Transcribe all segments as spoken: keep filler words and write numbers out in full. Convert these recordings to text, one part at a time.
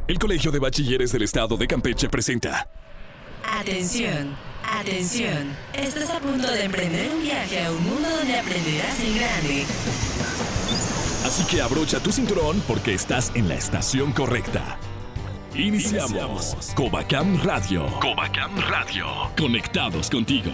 El Colegio de Bachilleres del Estado de Campeche presenta... Atención, atención. Estás a punto de emprender un viaje a un mundo donde aprenderás en grande. Así que abrocha tu cinturón porque estás en la estación correcta. Iniciamos, Iniciamos. Covacam Radio. Covacam Radio. Conectados contigo.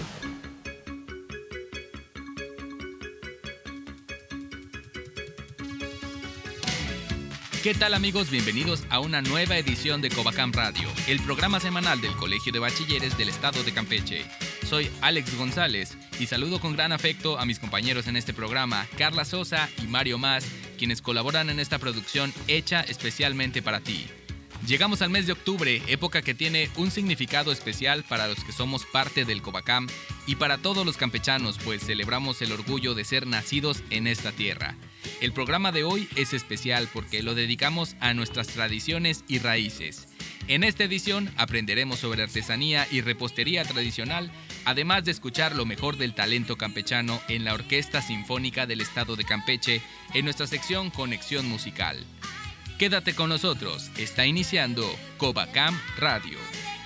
¿Qué tal, amigos? Bienvenidos a una nueva edición de Covacam Radio, el programa semanal del Colegio de Bachilleres del Estado de Campeche. Soy Alex González y saludo con gran afecto a mis compañeros en este programa, Carla Sosa y Mario Mas, quienes colaboran en esta producción hecha especialmente para ti. Llegamos al mes de octubre, época que tiene un significado especial para los que somos parte del Covacam y para todos los campechanos, pues celebramos el orgullo de ser nacidos en esta tierra. El programa de hoy es especial porque lo dedicamos a nuestras tradiciones y raíces. En esta edición aprenderemos sobre artesanía y repostería tradicional, además de escuchar lo mejor del talento campechano en la Orquesta Sinfónica del Estado de Campeche en nuestra sección Conexión Musical. Quédate con nosotros, está iniciando Covacam Radio.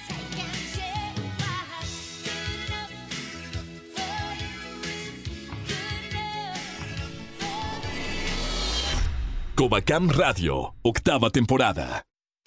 Covacam Radio, octava temporada.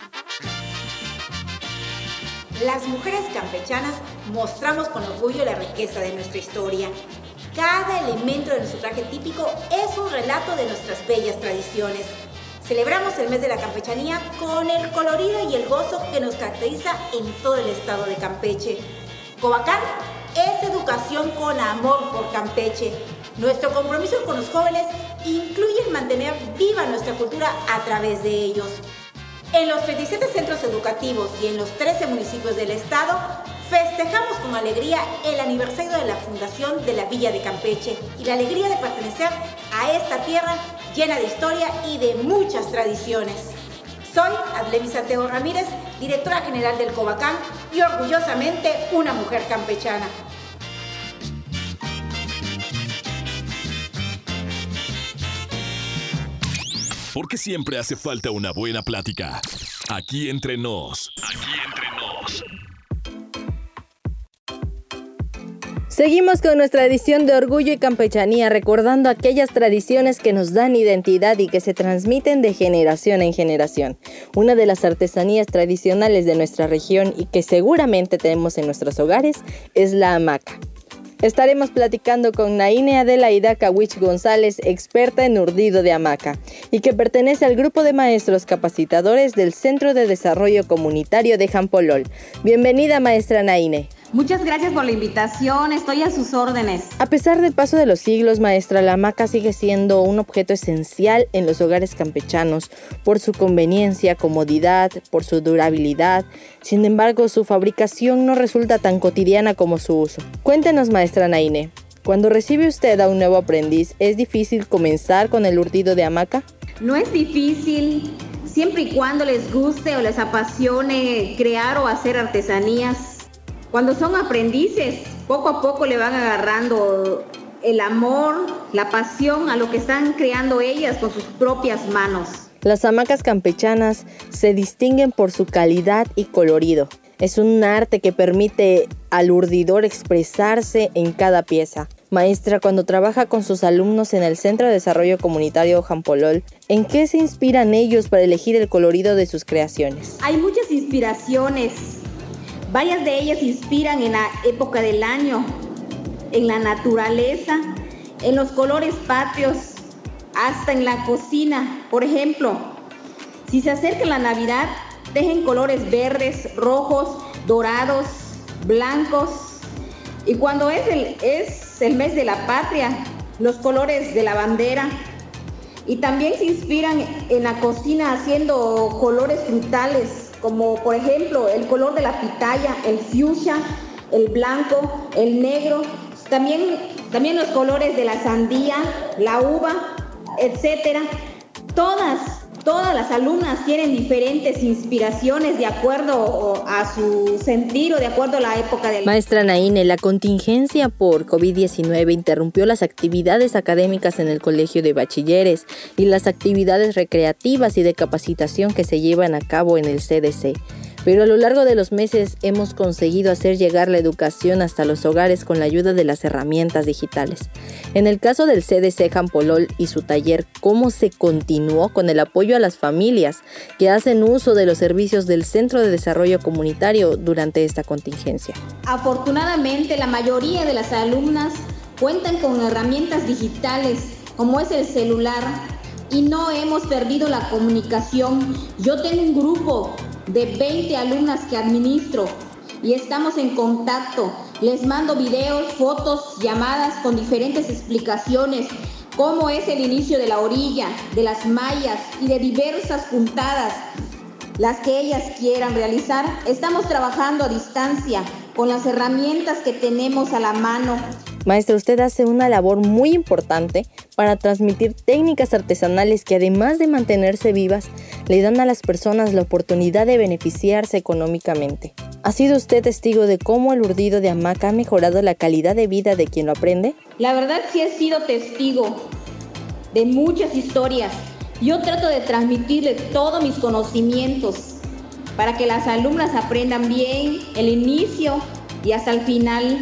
Las mujeres campechanas mostramos con orgullo la riqueza de nuestra historia. Cada elemento de nuestro traje típico es un relato de nuestras bellas tradiciones. Celebramos el mes de la campechanía con el colorido y el gozo que nos caracteriza en todo el estado de Campeche. Covacam es educación con amor por Campeche. Nuestro compromiso con los jóvenes incluye el mantener viva nuestra cultura a través de ellos. En los treinta y siete centros educativos y en los trece municipios del estado, festejamos con alegría el aniversario de la fundación de la Villa de Campeche y la alegría de pertenecer a esta tierra llena de historia y de muchas tradiciones. Soy Adlemi Santiago Ramírez, directora general del Covacam y orgullosamente una mujer campechana. Porque siempre hace falta una buena plática. Aquí entre nos. Aquí entre nos. Seguimos con nuestra edición de Orgullo y Campechanía, recordando aquellas tradiciones que nos dan identidad y que se transmiten de generación en generación. Una de las artesanías tradicionales de nuestra región y que seguramente tenemos en nuestros hogares es la hamaca. Estaremos platicando con Naine Adelaida Kawich González, experta en urdido de hamaca, y que pertenece al grupo de maestros capacitadores del Centro de Desarrollo Comunitario de Jampolol. Bienvenida, maestra Naine. Muchas gracias por la invitación, estoy a sus órdenes. A pesar del paso de los siglos, maestra, la hamaca sigue siendo un objeto esencial en los hogares campechanos por su conveniencia, comodidad, por su durabilidad. Sin embargo, su fabricación no resulta tan cotidiana como su uso. Cuéntenos, maestra Naine, cuando recibe usted a un nuevo aprendiz, ¿es difícil comenzar con el urdido de hamaca? No es difícil, siempre y cuando les guste o les apasione crear o hacer artesanías. Cuando son aprendices, poco a poco le van agarrando el amor, la pasión a lo que están creando ellas con sus propias manos. Las hamacas campechanas se distinguen por su calidad y colorido. Es un arte que permite al urdidor expresarse en cada pieza. Maestra, cuando trabaja con sus alumnos en el Centro de Desarrollo Comunitario Jampolol, ¿en qué se inspiran ellos para elegir el colorido de sus creaciones? Hay muchas inspiraciones. Varias de ellas inspiran en la época del año, en la naturaleza, en los colores patrios, hasta en la cocina. Por ejemplo, si se acerca la Navidad, dejen colores verdes, rojos, dorados, blancos. Y cuando es el, es el mes de la patria, los colores de la bandera. Y también se inspiran en la cocina haciendo colores frutales, como por ejemplo el color de la pitaya, el fuchsia, el blanco, el negro, también, también los colores de la sandía, la uva, etcétera. Todas, Todas las alumnas tienen diferentes inspiraciones de acuerdo a su sentir o de acuerdo a la época del... Maestra Naine, la contingencia por COVID diecinueve interrumpió las actividades académicas en el Colegio de Bachilleres y las actividades recreativas y de capacitación que se llevan a cabo en el C D C. Pero a lo largo de los meses hemos conseguido hacer llegar la educación hasta los hogares con la ayuda de las herramientas digitales. En el caso del C D C Jampolol y su taller, ¿cómo se continuó con el apoyo a las familias que hacen uso de los servicios del Centro de Desarrollo Comunitario durante esta contingencia? Afortunadamente, la mayoría de las alumnas cuentan con herramientas digitales, como es el celular, y no hemos perdido la comunicación. Yo tengo un grupo de veinte alumnas que administro y estamos en contacto. Les mando videos, fotos, llamadas con diferentes explicaciones, cómo es el inicio de la orilla, de las mallas y de diversas puntadas, las que ellas quieran realizar. Estamos trabajando a distancia con las herramientas que tenemos a la mano. Maestra, usted hace una labor muy importante para transmitir técnicas artesanales que, además de mantenerse vivas, le dan a las personas la oportunidad de beneficiarse económicamente. ¿Ha sido usted testigo de cómo el urdido de hamaca ha mejorado la calidad de vida de quien lo aprende? La verdad sí he sido testigo de muchas historias. Yo trato de transmitirles todos mis conocimientos para que las alumnas aprendan bien el inicio y hasta el final.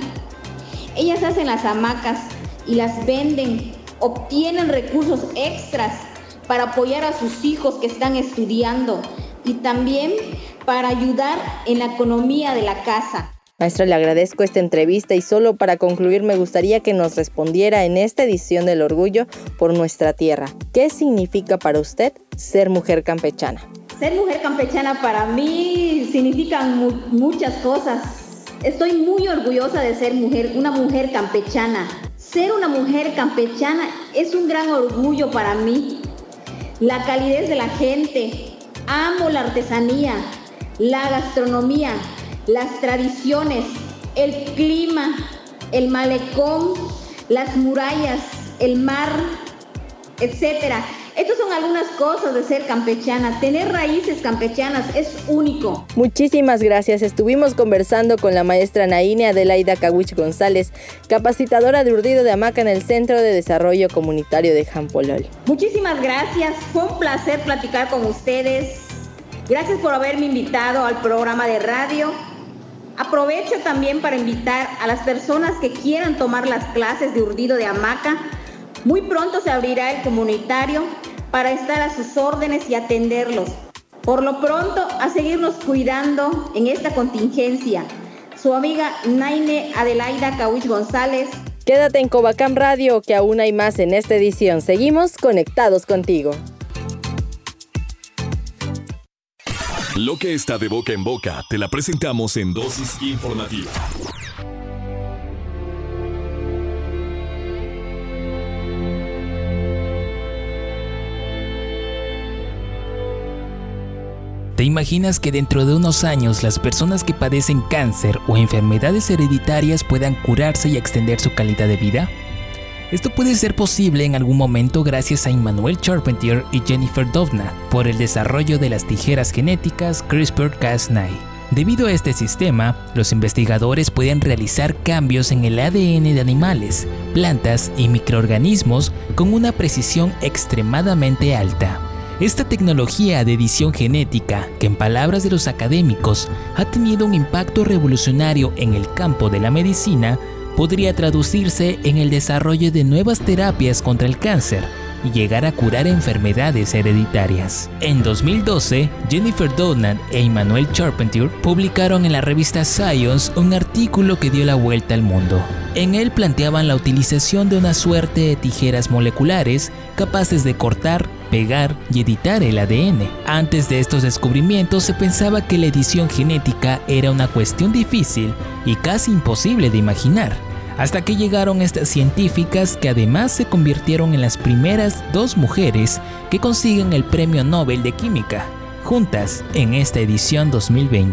Ellas hacen las hamacas y las venden, obtienen recursos extras para apoyar a sus hijos que están estudiando y también para ayudar en la economía de la casa. Maestra, le agradezco esta entrevista y solo para concluir me gustaría que nos respondiera en esta edición del Orgullo por Nuestra Tierra. ¿Qué significa para usted ser mujer campechana? Ser mujer campechana para mí significa mu- muchas cosas. Estoy muy orgullosa de ser mujer, una mujer campechana. Ser una mujer campechana es un gran orgullo para mí. La calidez de la gente, amo la artesanía, la gastronomía, las tradiciones, el clima, el malecón, las murallas, el mar, etcétera. Estas son algunas cosas de ser campechana. Tener raíces campechanas es único. Muchísimas gracias. Estuvimos conversando con la maestra Naine Adelaida Kawich González, capacitadora de urdido de hamaca en el Centro de Desarrollo Comunitario de Jampolol. Muchísimas gracias. Fue un placer platicar con ustedes. Gracias por haberme invitado al programa de radio. Aprovecho también para invitar a las personas que quieran tomar las clases de urdido de hamaca. Muy pronto se abrirá el comunitario para estar a sus órdenes y atenderlos. Por lo pronto, a seguirnos cuidando en esta contingencia. Su amiga Naine Adelaida Kawich González. Quédate en Covacam Radio, que aún hay más en esta edición. Seguimos conectados contigo. Lo que está de boca en boca, te la presentamos en Dosis Informativa. ¿Te imaginas que dentro de unos años las personas que padecen cáncer o enfermedades hereditarias puedan curarse y extender su calidad de vida? Esto puede ser posible en algún momento gracias a Immanuel Charpentier y Jennifer Doudna por el desarrollo de las tijeras genéticas CRISPR Cas nueve. Debido a este sistema, los investigadores pueden realizar cambios en el A D N de animales, plantas y microorganismos con una precisión extremadamente alta. Esta tecnología de edición genética, que en palabras de los académicos ha tenido un impacto revolucionario en el campo de la medicina, podría traducirse en el desarrollo de nuevas terapias contra el cáncer y llegar a curar enfermedades hereditarias. En dos mil doce, Jennifer Doudna e Immanuel Charpentier publicaron en la revista Science un artículo que dio la vuelta al mundo. En él planteaban la utilización de una suerte de tijeras moleculares capaces de cortar, pegar y editar el A D N. Antes de estos descubrimientos se pensaba que la edición genética era una cuestión difícil y casi imposible de imaginar, hasta que llegaron estas científicas que además se convirtieron en las primeras dos mujeres que consiguen el Premio Nobel de Química, juntas en esta edición dos mil veinte.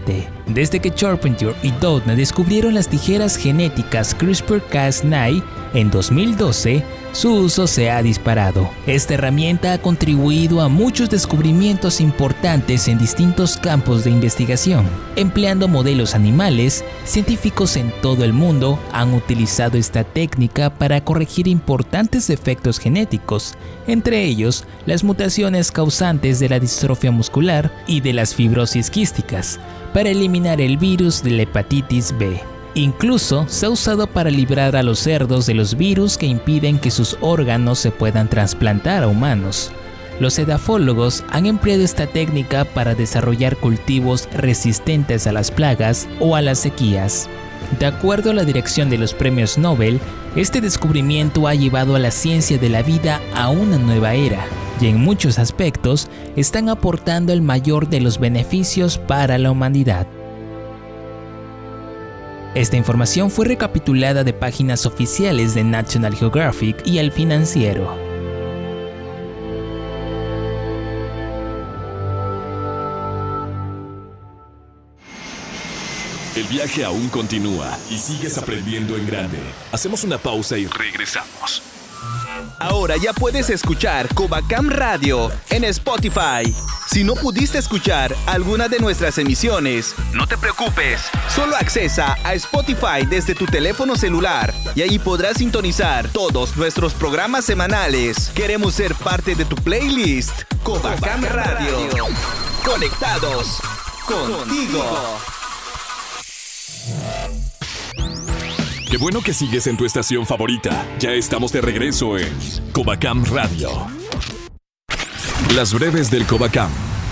Desde que Charpentier y Doudna descubrieron las tijeras genéticas CRISPR Cas nueve en dos mil doce, su uso se ha disparado. Esta herramienta ha contribuido a muchos descubrimientos importantes en distintos campos de investigación. Empleando modelos animales, científicos en todo el mundo han utilizado esta técnica para corregir importantes defectos genéticos, entre ellos las mutaciones causantes de la distrofia muscular y de las fibrosis quísticas, para eliminar el virus de la hepatitis B. Incluso se ha usado para librar a los cerdos de los virus que impiden que sus órganos se puedan trasplantar a humanos. Los edafólogos han empleado esta técnica para desarrollar cultivos resistentes a las plagas o a las sequías. De acuerdo a la dirección de los premios Nobel, este descubrimiento ha llevado a la ciencia de la vida a una nueva era, y en muchos aspectos están aportando el mayor de los beneficios para la humanidad. Esta información fue recapitulada de páginas oficiales de National Geographic y El Financiero. El viaje aún continúa y sigues aprendiendo en grande. Hacemos una pausa y regresamos. Ahora ya puedes escuchar Covacam Radio en Spotify. Si no pudiste escuchar alguna de nuestras emisiones, no te preocupes. Solo accesa a Spotify desde tu teléfono celular y ahí podrás sintonizar todos nuestros programas semanales. Queremos ser parte de tu playlist. Covacam Radio. Conectados contigo. Qué bueno que sigues en tu estación favorita. Ya estamos de regreso en Covacam Radio. Las breves del Covacam.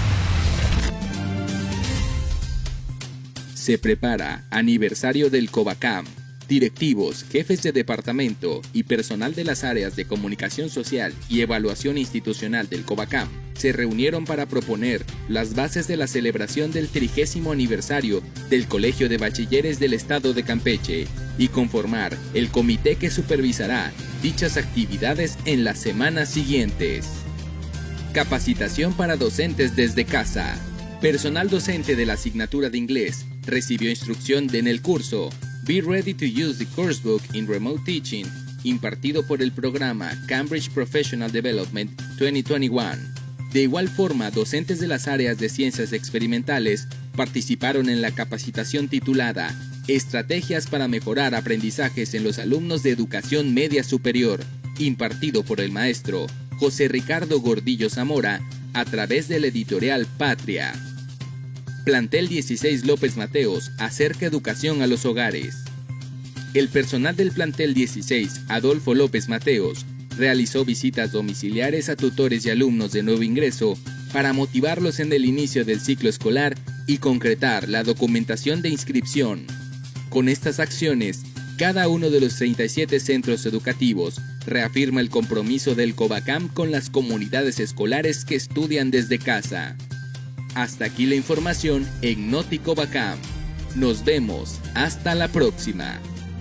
Se prepara aniversario del Covacam. Directivos, jefes de departamento y personal de las áreas de comunicación social y evaluación institucional del Covacam se reunieron para proponer las bases de la celebración del trigésimo aniversario del Colegio de Bachilleres del Estado de Campeche y conformar el comité que supervisará dichas actividades en las semanas siguientes. Capacitación para docentes desde casa. Personal docente de la asignatura de inglés recibió instrucción en el curso Be Ready to Use the Coursebook in Remote Teaching, impartido por el programa Cambridge Professional Development veinte veintiuno. De igual forma, docentes de las áreas de ciencias experimentales participaron en la capacitación titulada Estrategias para mejorar aprendizajes en los alumnos de educación media superior, impartido por el maestro José Ricardo Gordillo Zamora a través de la editorial Patria. Plantel dieciséis López Mateos acerca educación a los hogares. El personal del plantel dieciséis Adolfo López Mateos realizó visitas domiciliares a tutores y alumnos de nuevo ingreso para motivarlos en el inicio del ciclo escolar y concretar la documentación de inscripción. Con estas acciones, cada uno de los treinta y siete centros educativos reafirma el compromiso del Covacam con las comunidades escolares que estudian desde casa. Hasta aquí la información en Noti Covacam. Nos vemos. Hasta la próxima.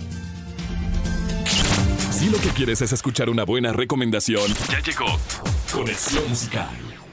Si lo que quieres es escuchar una buena recomendación, ya llegó Conexión Musical.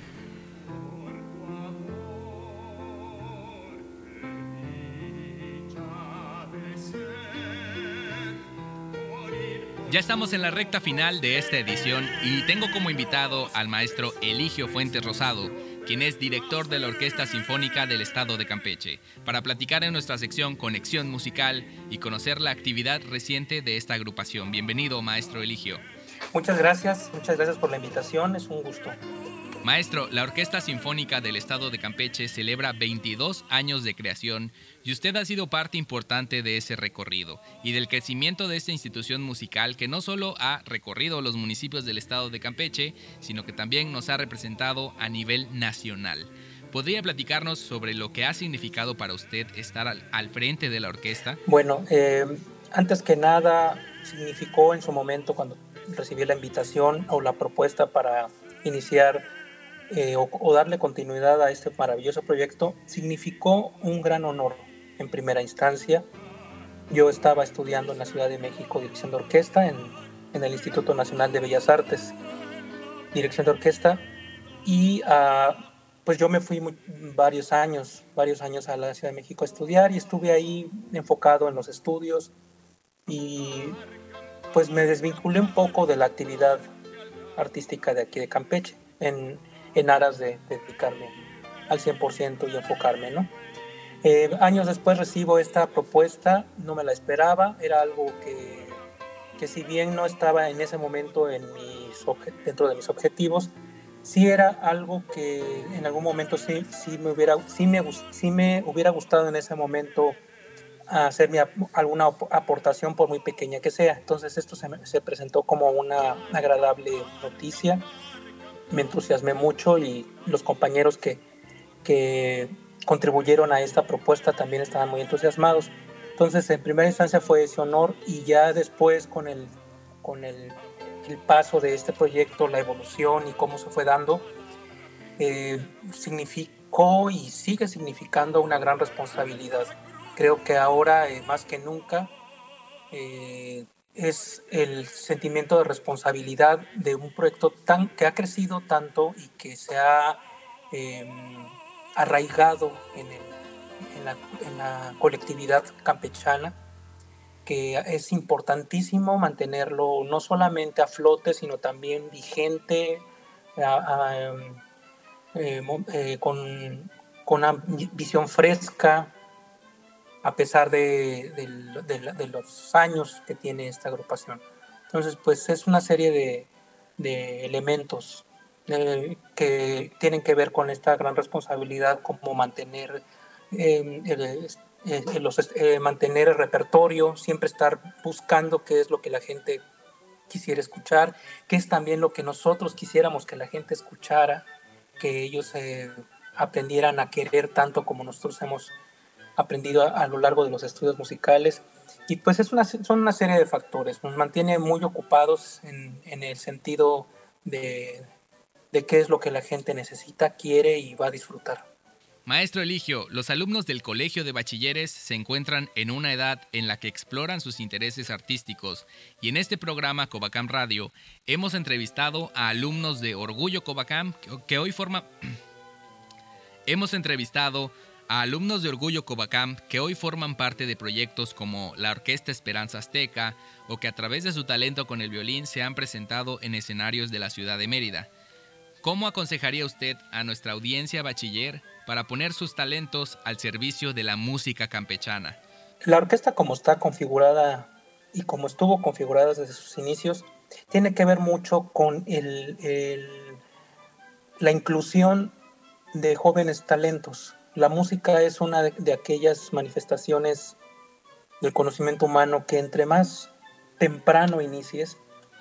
Ya estamos en la recta final de esta edición y tengo como invitado al maestro Eligio Fuentes Rosado, quien es director de la Orquesta Sinfónica del Estado de Campeche, para platicar en nuestra sección Conexión Musical y conocer la actividad reciente de esta agrupación. Bienvenido, maestro Eligio. Muchas gracias, muchas gracias por la invitación, es un gusto. Maestro, la Orquesta Sinfónica del Estado de Campeche celebra veintidós años de creación y usted ha sido parte importante de ese recorrido y del crecimiento de esta institución musical que no solo ha recorrido los municipios del Estado de Campeche, sino que también nos ha representado a nivel nacional. ¿Podría platicarnos sobre lo que ha significado para usted estar al, al frente de la orquesta? Bueno, eh, antes que nada, significó en su momento cuando recibí la invitación o la propuesta para iniciar Eh, o, o darle continuidad a este maravilloso proyecto, significó un gran honor en primera instancia. Yo estaba estudiando en la Ciudad de México dirección de orquesta en, en el Instituto Nacional de Bellas Artes, dirección de orquesta, y uh, pues yo me fui muy, varios años, varios años a la Ciudad de México a estudiar y estuve ahí enfocado en los estudios y pues me desvinculé un poco de la actividad artística de aquí de Campeche en, en aras de, de dedicarme al cien por ciento y enfocarme, ¿no? Eh, años después recibo esta propuesta, no me la esperaba, era algo que, que si bien no estaba en ese momento en mis dentro de mis objetivos, sí era algo que en algún momento sí, sí, me, hubiera, sí, me, sí me hubiera gustado en ese momento hacer mi, alguna aportación por muy pequeña que sea. Entonces esto se, me, se presentó como una agradable noticia, me entusiasmé mucho y los compañeros que, que contribuyeron a esta propuesta también estaban muy entusiasmados. Entonces en primera instancia fue ese honor y ya después con el, con el el paso de este proyecto, la evolución y cómo se fue dando, eh, significó y sigue significando una gran responsabilidad. Creo que ahora, eh, más que nunca, eh, es el sentimiento de responsabilidad de un proyecto tan, que ha crecido tanto y que se ha eh, arraigado en, el, en, la, en la colectividad campechana, que es importantísimo mantenerlo no solamente a flote, sino también vigente, a, a, eh, eh, con, con una visión fresca, a pesar de, de, de, de los años que tiene esta agrupación. Entonces, pues es una serie de, de elementos eh, que tienen que ver con esta gran responsabilidad, como mantener eh, el, Eh, los, eh, mantener el repertorio, siempre estar buscando qué es lo que la gente quisiera escuchar, qué es también lo que nosotros quisiéramos que la gente escuchara, que ellos eh, aprendieran a querer tanto como nosotros hemos aprendido a, a lo largo de los estudios musicales. Y pues es una, son una serie de factores, nos mantiene muy ocupados en, en el sentido de, de qué es lo que la gente necesita, quiere y va a disfrutar. Maestro Eligio, los alumnos del Colegio de Bachilleres se encuentran en una edad en la que exploran sus intereses artísticos y en este programa Covacam Radio hemos entrevistado a alumnos de Orgullo Covacam que hoy forman hemos entrevistado a alumnos de Orgullo Covacam que hoy forman parte de proyectos como la Orquesta Esperanza Azteca o que a través de su talento con el violín se han presentado en escenarios de la ciudad de Mérida. ¿Cómo aconsejaría usted a nuestra audiencia bachiller para poner sus talentos al servicio de la música campechana? La orquesta, como está configurada y como estuvo configurada desde sus inicios, tiene que ver mucho con el, el, la inclusión de jóvenes talentos. La música es una de, de aquellas manifestaciones del conocimiento humano que entre más temprano inicies,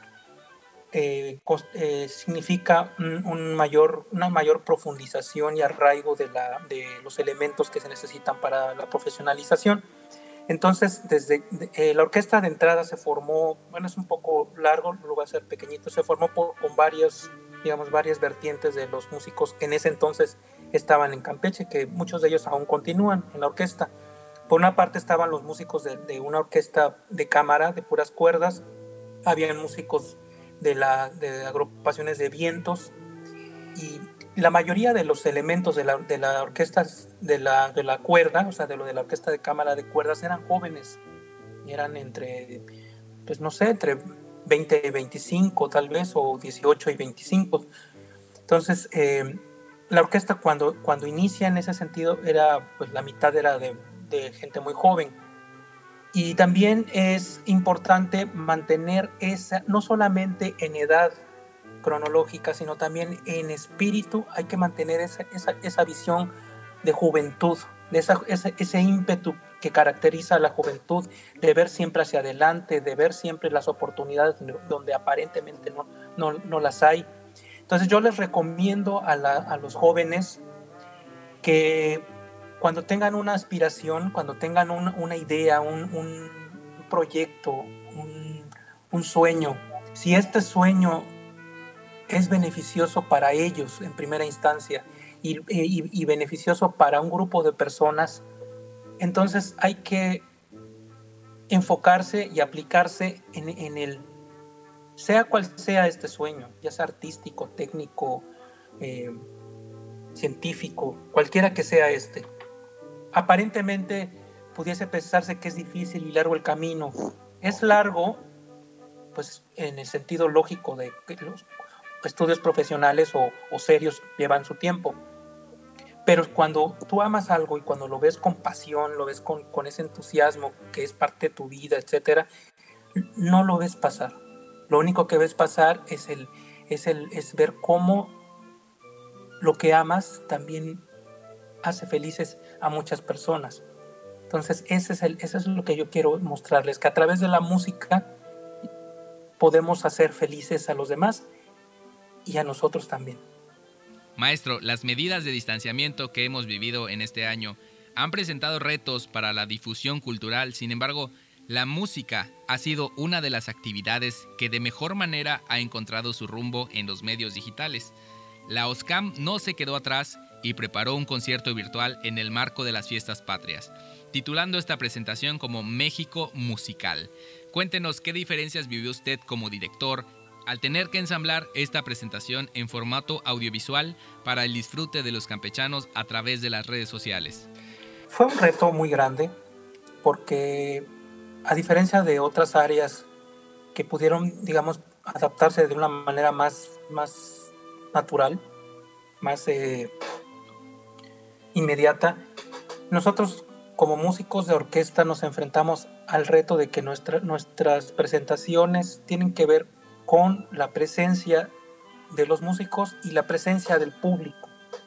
Eh, eh, significa un, un mayor, una mayor profundización y arraigo de, la, de los elementos que se necesitan para la profesionalización. Entonces, desde eh, la orquesta de entrada se formó, bueno, es un poco largo, lo voy a hacer pequeñito, se formó por, con varias, digamos, varias vertientes de los músicos que en ese entonces estaban en Campeche, que muchos de ellos aún continúan en la orquesta. Por una parte estaban los músicos de, de una orquesta de cámara, de puras cuerdas, habían músicos de, la, de agrupaciones de vientos y la mayoría de los elementos de la, de la orquesta de la, de la cuerda, o sea, de lo de la orquesta de cámara de cuerdas eran jóvenes, eran entre, pues no sé, entre veinte y veinticinco tal vez, o dieciocho y veinticinco. Entonces, eh, la orquesta cuando, cuando inicia en ese sentido, era, pues la mitad era de, de gente muy joven. Y también es importante mantener esa, no solamente en edad cronológica, sino también en espíritu, hay que mantener esa, esa, esa visión de juventud, de esa, ese, ese ímpetu que caracteriza a la juventud, de ver siempre hacia adelante, de ver siempre las oportunidades donde aparentemente no, no, no las hay. Entonces yo les recomiendo a, la, a los jóvenes que cuando tengan una aspiración, cuando tengan un, una idea, un, un proyecto, un, un sueño, si este sueño es beneficioso para ellos en primera instancia y, y, y beneficioso para un grupo de personas, entonces hay que enfocarse y aplicarse en, en el, sea cual sea este sueño, ya sea artístico, técnico, eh, científico, cualquiera que sea este. Aparentemente pudiese pensarse que es difícil y largo el camino. Es largo, pues en el sentido lógico de que los estudios profesionales o, o serios llevan su tiempo. Pero cuando tú amas algo y cuando lo ves con pasión, lo ves con, con ese entusiasmo que es parte de tu vida, etcétera, no lo ves pasar. Lo único que ves pasar es, el, es, el, es ver cómo lo que amas también hace felices a muchas personas. Entonces, ese es, el, eso es lo que yo quiero mostrarles, que a través de la música podemos hacer felices a los demás y a nosotros también. Maestro, las medidas de distanciamiento que hemos vivido en este año han presentado retos para la difusión cultural. Sin embargo, la música ha sido una de las actividades que de mejor manera ha encontrado su rumbo en los medios digitales. La OSCAM no se quedó atrás y preparó un concierto virtual en el marco de las fiestas patrias, titulando esta presentación como México Musical. Cuéntenos qué diferencias vivió usted como director al tener que ensamblar esta presentación en formato audiovisual para el disfrute de los campechanos a través de las redes sociales. Fue un reto muy grande porque, a diferencia de otras áreas que pudieron, digamos, adaptarse de una manera más, más natural, más eh, inmediata, nosotros como músicos de orquesta nos enfrentamos al reto de que nuestra, nuestras presentaciones tienen que ver con la presencia de los músicos y la presencia del público.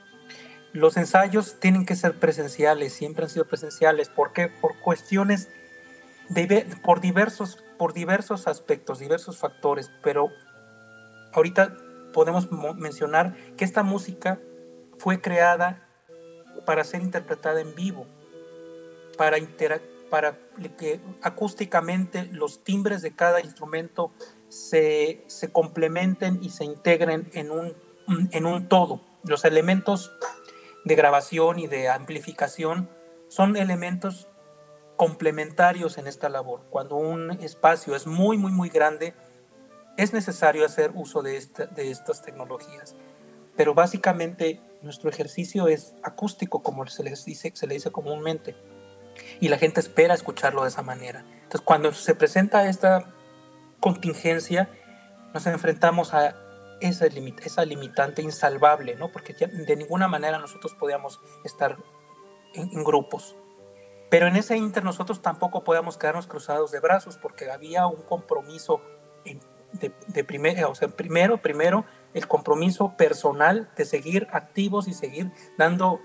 Los ensayos tienen que ser presenciales, siempre han sido presenciales. ¿Por qué? Por cuestiones, de, por, diversos, por diversos aspectos, diversos factores, pero ahorita podemos mencionar que esta música fue creada para ser interpretada en vivo, para, intera- para que acústicamente los timbres de cada instrumento se, se complementen y se integren en un, en un todo. Los elementos de grabación y de amplificación son elementos complementarios en esta labor. Cuando un espacio es muy, muy, muy grande, es necesario hacer uso de, esta, de estas tecnologías. Pero básicamente nuestro ejercicio es acústico, como se les dice, se le dice comúnmente, y la gente espera escucharlo de esa manera. Entonces, cuando se presenta esta contingencia, nos enfrentamos a esa, limit- esa limitante insalvable, ¿no? Porque ya de ninguna manera nosotros podíamos estar en, en grupos. Pero en ese inter nosotros tampoco podíamos quedarnos cruzados de brazos, porque había un compromiso en, de, de primer, o sea, primero, primero el compromiso personal de seguir activos y seguir dando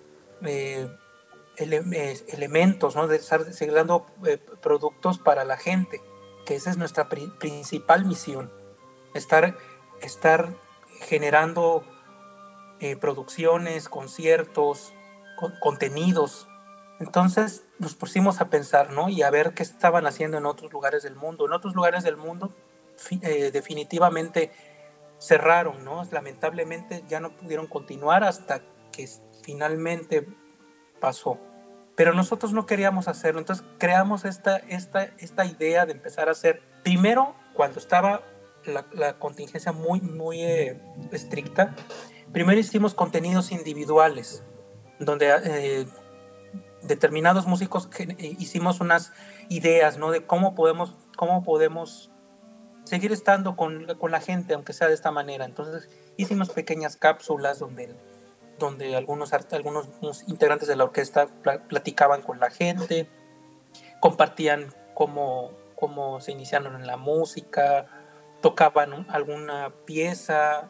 eh, ele, eh, elementos, ¿no? De estar, de seguir dando eh, productos para la gente, que esa es nuestra pri- principal misión, estar, estar generando eh, producciones, conciertos, con, contenidos. Entonces nos pusimos a pensar, ¿no? Y a ver qué estaban haciendo en otros lugares del mundo. En otros lugares del mundo fi- eh, definitivamente cerraron, ¿no? Lamentablemente ya no pudieron continuar hasta que finalmente pasó. Pero nosotros no queríamos hacerlo, entonces creamos esta, esta, esta idea de empezar a hacer, primero cuando estaba la, la contingencia muy, muy eh, estricta, primero hicimos contenidos individuales, donde eh, determinados músicos que, eh, hicimos unas ideas, ¿no? De cómo podemos, cómo podemos seguir estando con, con la gente, aunque sea de esta manera. Entonces hicimos pequeñas cápsulas donde donde algunos, algunos integrantes de la orquesta platicaban con la gente, compartían cómo, cómo se iniciaron en la música, tocaban alguna pieza.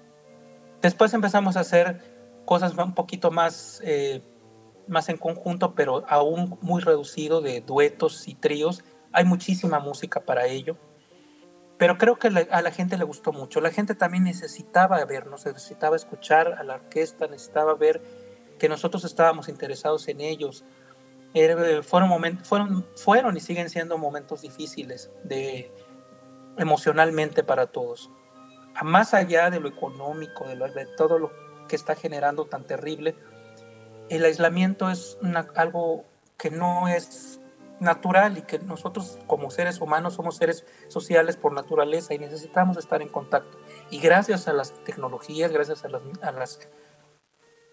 Después empezamos a hacer cosas un poquito más, eh, más en conjunto, pero aún muy reducido, de duetos y tríos. Hay muchísima música para ello. Pero creo que a la gente le gustó mucho. La gente también necesitaba vernos, necesitaba escuchar a la orquesta, necesitaba ver que nosotros estábamos interesados en ellos. Eh, fueron, momentos, fueron, fueron y siguen siendo momentos difíciles de, emocionalmente para todos. Más allá de lo económico, de, lo, de todo lo que está generando tan terrible, el aislamiento es una, algo que no es natural, y que nosotros como seres humanos somos seres sociales por naturaleza y necesitamos estar en contacto. Y gracias a las tecnologías, gracias a las, a las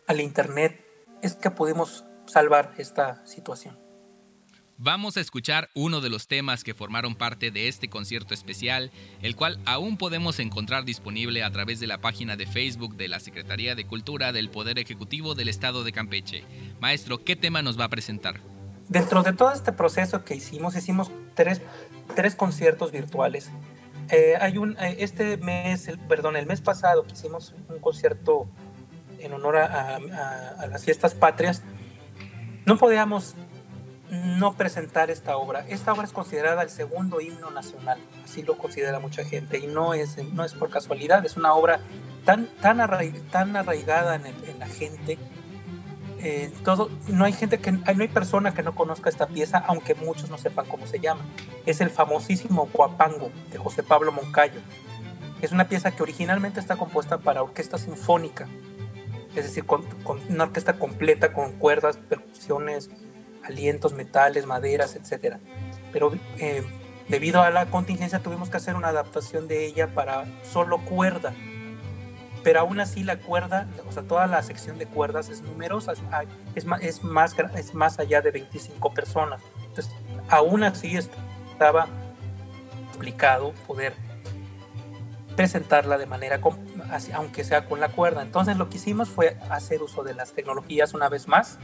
al internet, es que pudimos salvar esta situación. Vamos a escuchar uno de los temas que formaron parte de este concierto especial, el cual aún podemos encontrar disponible a través de la página de Facebook de la Secretaría de Cultura del Poder Ejecutivo del Estado de Campeche. Maestro, ¿qué tema nos va a presentar? Dentro de todo este proceso que hicimos, hicimos tres, tres conciertos virtuales. Eh, hay un, eh, este mes, el, perdón, el mes pasado que hicimos un concierto en honor a, a, a las fiestas patrias. No podíamos no presentar esta obra. Esta obra es considerada el segundo himno nacional, así lo considera mucha gente, y no es, no es por casualidad. Es una obra tan, tan, arraig, tan arraigada en, el, en la gente. Eh, todo, no hay gente que, no hay persona que no conozca esta pieza, aunque muchos no sepan cómo se llama. Es el famosísimo Huapango de José Pablo Moncayo. Es una pieza que originalmente está compuesta para orquesta sinfónica, es decir, con, con una orquesta completa con cuerdas, percusiones, alientos, metales, maderas, etcétera. Pero eh, debido a la contingencia tuvimos que hacer una adaptación de ella para solo cuerda. Pero aún así la cuerda, o sea, toda la sección de cuerdas es numerosa, es más, es más, es más allá de veinticinco personas. Entonces, aún así estaba complicado poder presentarla de manera, aunque sea con la cuerda. Entonces lo que hicimos fue hacer uso de las tecnologías una vez más,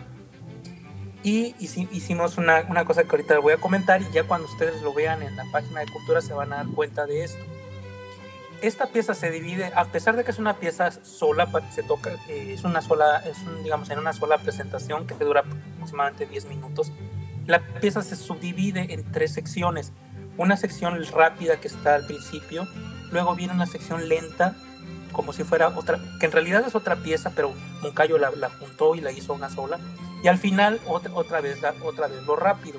y hicimos una, una cosa que ahorita les voy a comentar, y ya cuando ustedes lo vean en la página de Cultura se van a dar cuenta de esto. Esta pieza se divide, a pesar de que es una pieza sola, se toca, eh, es una sola, es un, digamos, en una sola presentación que dura aproximadamente diez minutos. La pieza se subdivide en tres secciones. Una sección rápida que está al principio, luego viene una sección lenta, como si fuera otra, que en realidad es otra pieza, pero Moncayo la, la juntó y la hizo una sola. Y al final, otra, otra, vez, la, otra vez lo rápido.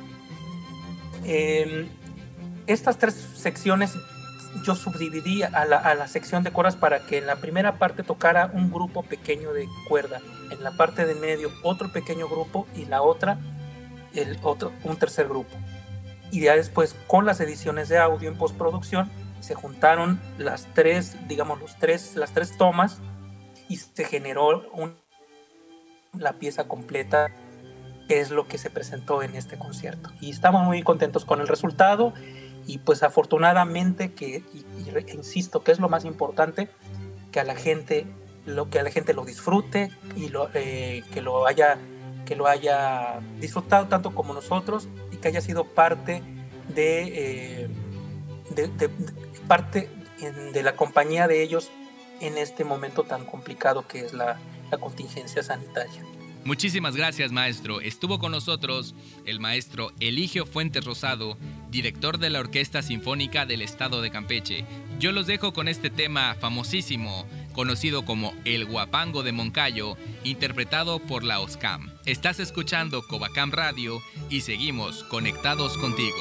Eh, estas tres secciones yo subdividí a la, a la sección de cuerdas para que en la primera parte tocara un grupo pequeño de cuerda, en la parte de medio otro pequeño grupo, y la otra el otro, un tercer grupo. Y ya después, con las ediciones de audio en postproducción, se juntaron las tres, digamos, los tres, las tres tomas, y se generó un, la pieza completa, que es lo que se presentó en este concierto. Y estamos muy contentos con el resultado. Y pues afortunadamente, que y, y, insisto, que es lo más importante, que a la gente lo que a la gente lo disfrute y lo, eh, que lo haya que lo haya disfrutado tanto como nosotros, y que haya sido parte de, eh, de, de, de parte de la compañía de ellos en este momento tan complicado que es la, la contingencia sanitaria. Muchísimas gracias, maestro. Estuvo con nosotros el maestro Eligio Fuentes Rosado, director de la Orquesta Sinfónica del Estado de Campeche. Yo los dejo con este tema famosísimo, conocido como El Huapango de Moncayo, interpretado por la OSCAM. Estás escuchando Covacam Radio y seguimos conectados contigo.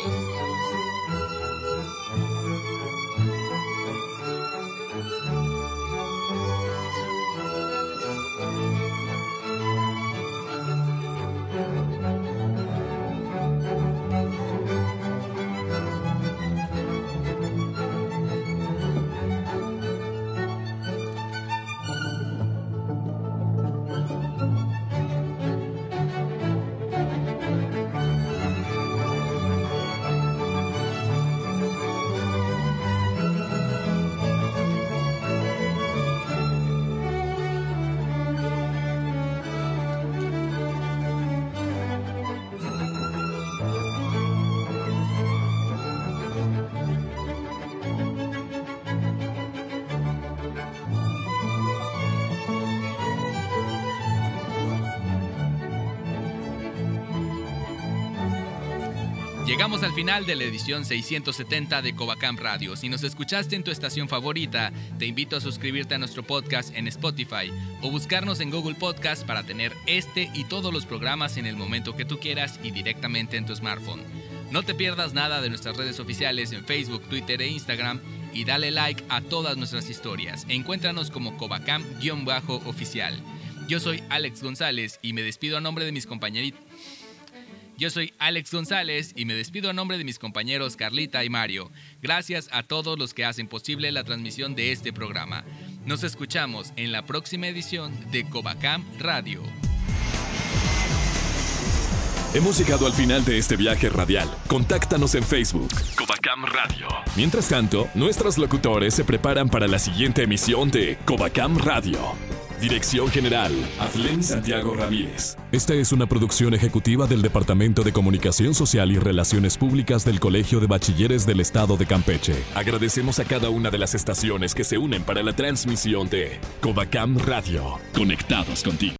Llegamos al final de la edición seiscientos setenta de Covacam Radio. Si nos escuchaste en tu estación favorita, te invito a suscribirte a nuestro podcast en Spotify o buscarnos en Google Podcast para tener este y todos los programas en el momento que tú quieras y directamente en tu smartphone. No te pierdas nada de nuestras redes oficiales en Facebook, Twitter e Instagram, y dale like a todas nuestras historias. Encuéntranos como Covacam-oficial. Yo soy Alex González y me despido a nombre de mis compañeritos. Yo soy Alex González y me despido a nombre de mis compañeros Carlita y Mario. Gracias a todos los que hacen posible la transmisión de este programa. Nos escuchamos en la próxima edición de Covacam Radio. Hemos llegado al final de este viaje radial. Contáctanos en Facebook, Covacam Radio. Mientras tanto, nuestros locutores se preparan para la siguiente emisión de Covacam Radio. Dirección General, Aflén Santiago Ramírez. Esta es una producción ejecutiva del Departamento de Comunicación Social y Relaciones Públicas del Colegio de Bachilleres del Estado de Campeche. Agradecemos a cada una de las estaciones que se unen para la transmisión de Covacam Radio. Conectados contigo.